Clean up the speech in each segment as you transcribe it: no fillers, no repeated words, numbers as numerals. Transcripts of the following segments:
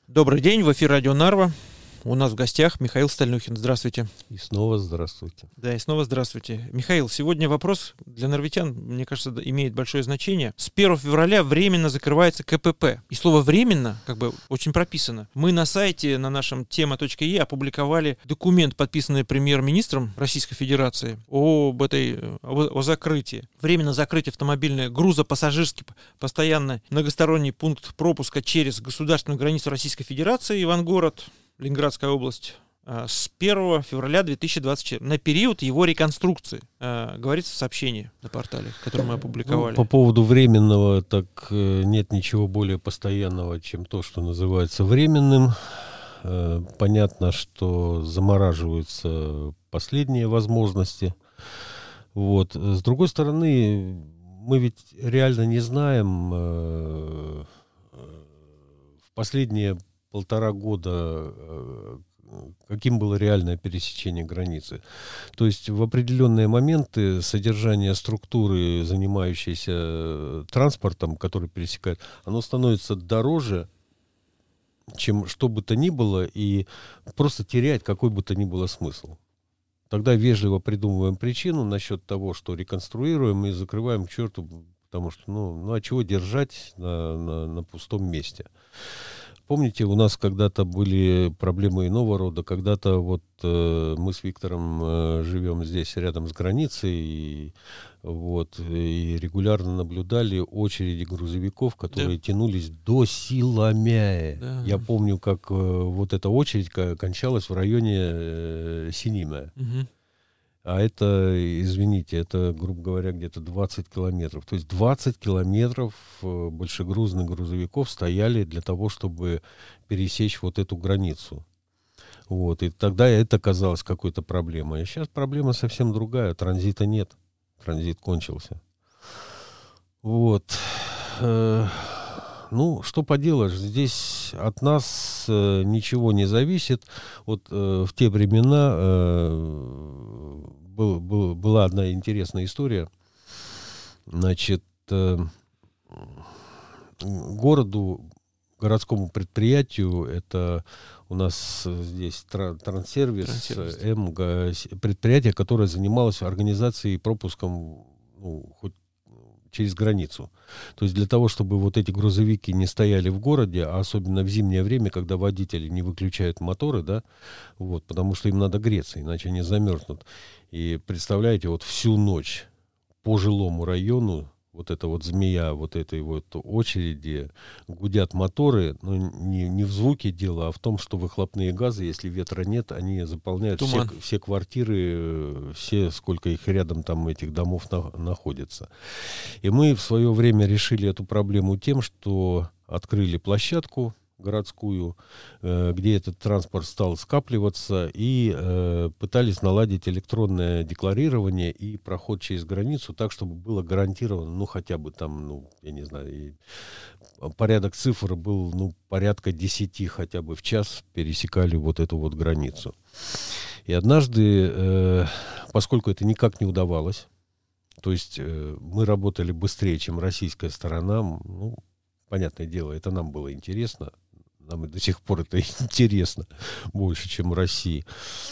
Добрый день, в эфире Радио Нарва. У нас в гостях Михаил Стальнюхин. Здравствуйте. И снова здравствуйте. Да, и снова здравствуйте. Михаил, сегодня вопрос для нарвитян, мне кажется, имеет большое значение. С 1 февраля временно закрывается КПП. И слово «временно» очень прописано. Мы на сайте, на нашем тема.е опубликовали документ, подписанный премьер-министром Российской Федерации о закрытии. Временно закрыть автомобильный грузопассажирский постоянный многосторонний пункт пропуска через государственную границу Российской Федерации Ивангород, Ленинградская область, с 1 февраля 2024 на период его реконструкции, говорится в сообщении на портале, которое мы опубликовали. По поводу временного, так нет ничего более постоянного, чем то, что называется временным. Понятно, что замораживаются последние возможности. Вот. С другой стороны, мы ведь реально не знаем в последние 1,5 года, каким было реальное пересечение границы. То есть в определенные моменты содержание структуры, занимающейся транспортом, который пересекает, оно становится дороже, чем что бы то ни было, и просто теряет какой бы то ни было смысл. Тогда вежливо придумываем причину насчет того, что реконструируем и закрываем к черту, потому что, а чего держать на пустом месте? Помните, у нас когда-то были проблемы иного рода. Когда-то мы с Виктором живем здесь рядом с границей, и регулярно наблюдали очереди грузовиков, которые тянулись до Силамяя. Да. Я помню, как эта очередь кончалась в районе Синимая. Угу. А это, извините, это, грубо говоря, где-то 20 километров. То есть 20 километров большегрузных грузовиков стояли для того, чтобы пересечь эту границу. И тогда это казалось какой-то проблемой. А сейчас проблема совсем другая. Транзита нет. Транзит кончился. Что поделаешь, здесь от нас ничего не зависит. В те времена была одна интересная история. Значит, городскому предприятию, это у нас здесь Транссервис. Предприятие, которое занималось организацией и пропуском хоть через границу. То есть для того, чтобы эти грузовики не стояли в городе, а особенно в зимнее время, когда водители не выключают моторы, потому что им надо греться, иначе они замерзнут. И представляете, всю ночь по жилому району эта змея этой очереди, гудят моторы, но не в звуке дело, а в том, что выхлопные газы, если ветра нет, они заполняют все квартиры, сколько их рядом там этих домов находится. И мы в свое время решили эту проблему тем, что открыли площадку городскую, где этот транспорт стал скапливаться, и пытались наладить электронное декларирование и проход через границу так, чтобы было гарантировано, хотя бы там, я не знаю, порядок цифр был, порядка 10 хотя бы в час пересекали эту границу. И однажды, поскольку это никак не удавалось, то есть мы работали быстрее, чем российская сторона, понятное дело, это нам было интересно. Нам и до сих пор это интересно больше, чем в России.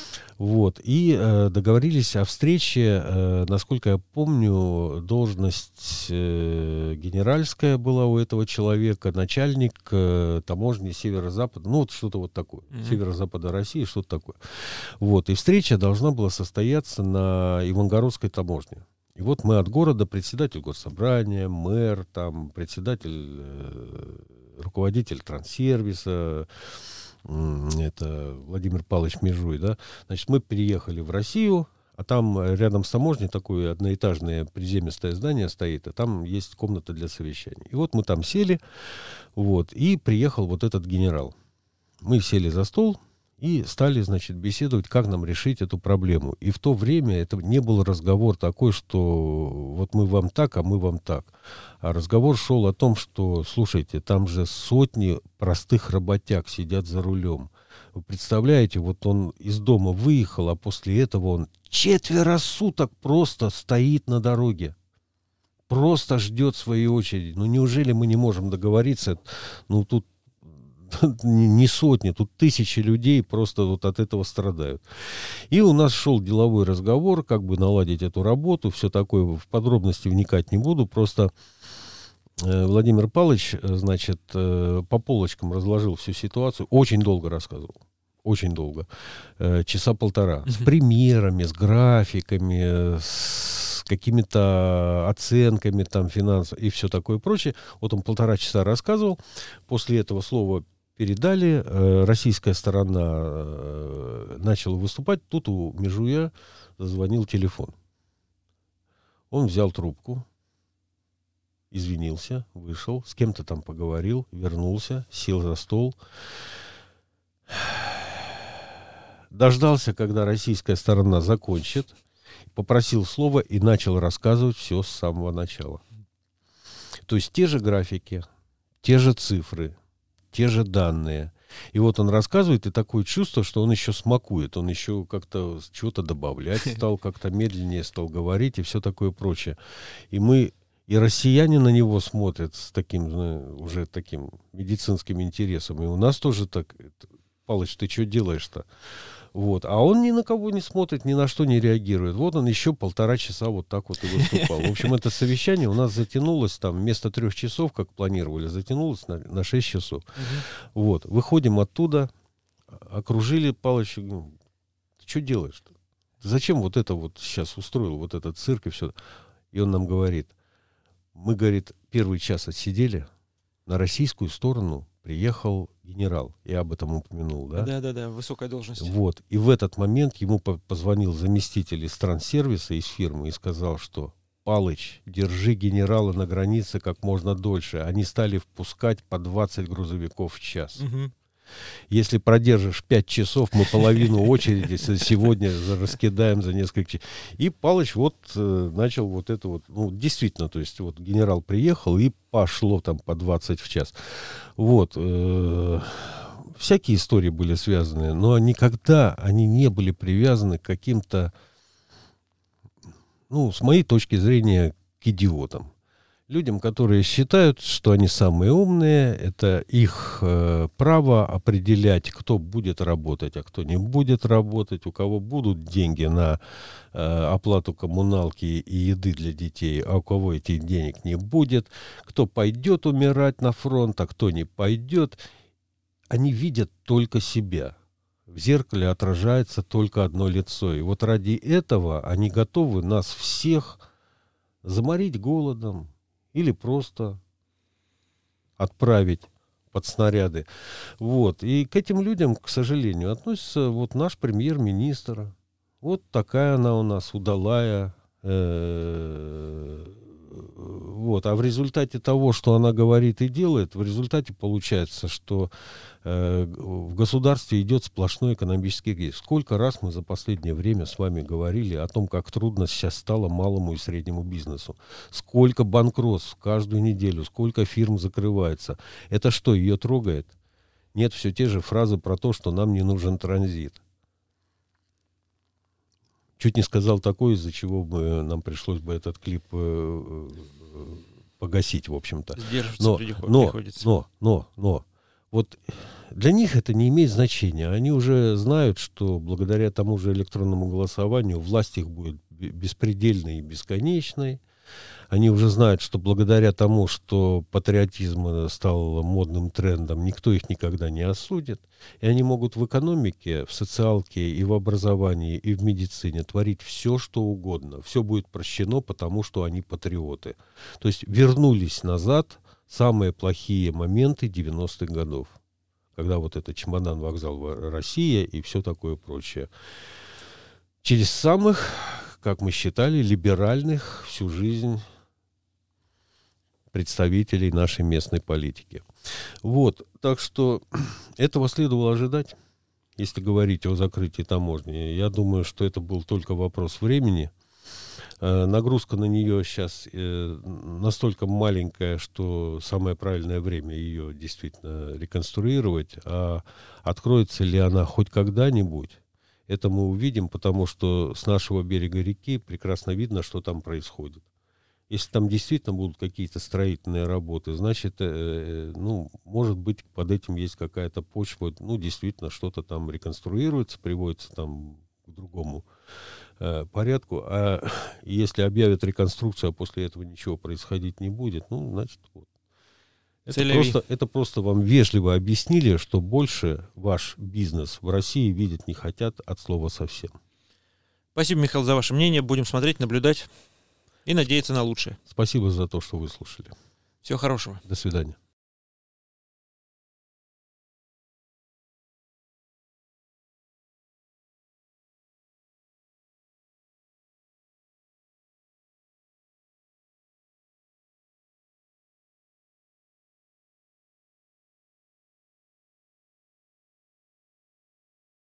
И договорились о встрече. Насколько я помню, должность генеральская была у этого человека, начальник таможни северо-запада, что-то такое. Северо-запада России, что-то такое. И встреча должна была состояться на Ивангородской таможне. И мы от города, председатель госсобрания, мэр, председатель, руководитель Транссервиса, это Владимир Павлович Межуй, Значит, мы переехали в Россию, а там рядом с таможней такое одноэтажное приземистое здание стоит, а там есть комната для совещаний. И мы там сели, и приехал этот генерал. Мы сели за стол и стали, беседовать, как нам решить эту проблему. И в то время это не был разговор такой, что мы вам так, а мы вам так. А разговор шел о том, что, слушайте, там же сотни простых работяг сидят за рулем. Вы представляете, он из дома выехал, а после этого он 4 суток просто стоит на дороге. Просто ждет своей очереди. Неужели мы не можем договориться? Тут не сотни, тут тысячи людей просто вот от этого страдают. И у нас шел деловой разговор, как бы наладить эту работу, все такое, в подробности вникать не буду, просто Владимир Павлович, значит, по полочкам разложил всю ситуацию, очень долго рассказывал. Очень долго. Часа полтора. С примерами, с графиками, с какими-то оценками там финансов и все такое прочее. Вот он 1,5 часа рассказывал. После этого слово передали. Российская сторона начала выступать. Тут у Межуя зазвонил телефон. Он взял трубку, извинился, вышел, с кем-то там поговорил, вернулся, сел за стол. Дождался, когда российская сторона закончит, попросил слова и начал рассказывать все с самого начала. То есть те же графики, те же цифры, те же данные. И вот он рассказывает, и такое чувство, что он еще смакует, он еще как-то чего-то добавлять стал, как-то медленнее стал говорить и все такое прочее. И россияне на него смотрят с таким, уже таким медицинским интересом. И у нас тоже так: Палыч, ты что делаешь-то? Вот. А он ни на кого не смотрит, ни на что не реагирует. Вот он еще 1,5 часа вот так вот и выступал. В общем, это совещание у нас затянулось там вместо 3 часов, как планировали, затянулось на 6 часов. Вот. Выходим оттуда, окружили Палыча. Ты что делаешь-то? Ты зачем вот это вот сейчас устроил, вот этот цирк и все? И он нам говорит: мы, говорит, 1 час отсидели, на российскую сторону приехал генерал. Я об этом упомянул, да? Да, высокая должность. Вот. И в этот момент ему позвонил заместитель из Транссервиса, из фирмы, и сказал, что: Палыч, держи генерала на границе как можно дольше. Они стали впускать по 20 грузовиков в час. Если продержишь 5 часов, мы половину очереди сегодня раскидаем за несколько часов. И Палыч вот начал вот это вот, ну, действительно, то есть вот генерал приехал, и пошло там по 20 в час. Вот. Всякие истории были связаны, но никогда они не были привязаны к каким-то, ну, с моей точки зрения, к идиотам. Людям, которые считают, что они самые умные, это их право определять, кто будет работать, а кто не будет работать, у кого будут деньги на оплату коммуналки и еды для детей, а у кого этих денег не будет, кто пойдет умирать на фронт, а кто не пойдет. Они видят только себя. В зеркале отражается только одно лицо. И вот ради этого они готовы нас всех заморить голодом, или просто отправить под снаряды. Вот. И к этим людям, к сожалению, относится вот наш премьер-министр. Вот такая она у нас удалая. Вот. А в результате того, что она говорит и делает, в результате получается, что в государстве идет сплошной экономический кризис. Сколько раз мы за последнее время с вами говорили о том, как трудно сейчас стало малому и среднему бизнесу. Сколько банкротств каждую неделю, сколько фирм закрывается. Это что, ее трогает? Нет, все те же фразы про то, что нам не нужен транзит. Чуть не сказал такое, из-за чего нам пришлось бы этот клип погасить, в общем-то. Но, вот для них это не имеет значения. Они уже знают, что благодаря тому же электронному голосованию власть их будет беспредельной и бесконечной. Они уже знают, что благодаря тому, что патриотизм стал модным трендом, никто их никогда не осудит. И они могут в экономике, в социалке, и в образовании, и в медицине творить все, что угодно. Все будет прощено, потому что они патриоты. То есть вернулись назад самые плохие моменты 90-х годов. Когда вот это чемодан, вокзал, Россия и все такое прочее. Через самых, как мы считали, либеральных всю жизнь представителей нашей местной политики. Вот, так что этого следовало ожидать, если говорить о закрытии таможни. Я думаю, что это был только вопрос времени. Нагрузка на нее сейчас настолько маленькая, что самое правильное время ее действительно реконструировать. А откроется ли она хоть когда-нибудь, это мы увидим, потому что с нашего берега реки прекрасно видно, что там происходит. Если там действительно будут какие-то строительные работы, значит, может быть, под этим есть какая-то почва, действительно, что-то там реконструируется, приводится там к другому порядку. А если объявят реконструкцию, а после этого ничего происходить не будет, значит, вот. Это просто вам вежливо объяснили, что больше ваш бизнес в России видеть не хотят от слова совсем. Спасибо, Михаил, за ваше мнение. Будем смотреть, наблюдать и надеяться на лучшее. Спасибо за то, что вы слушали. Всего хорошего. До свидания.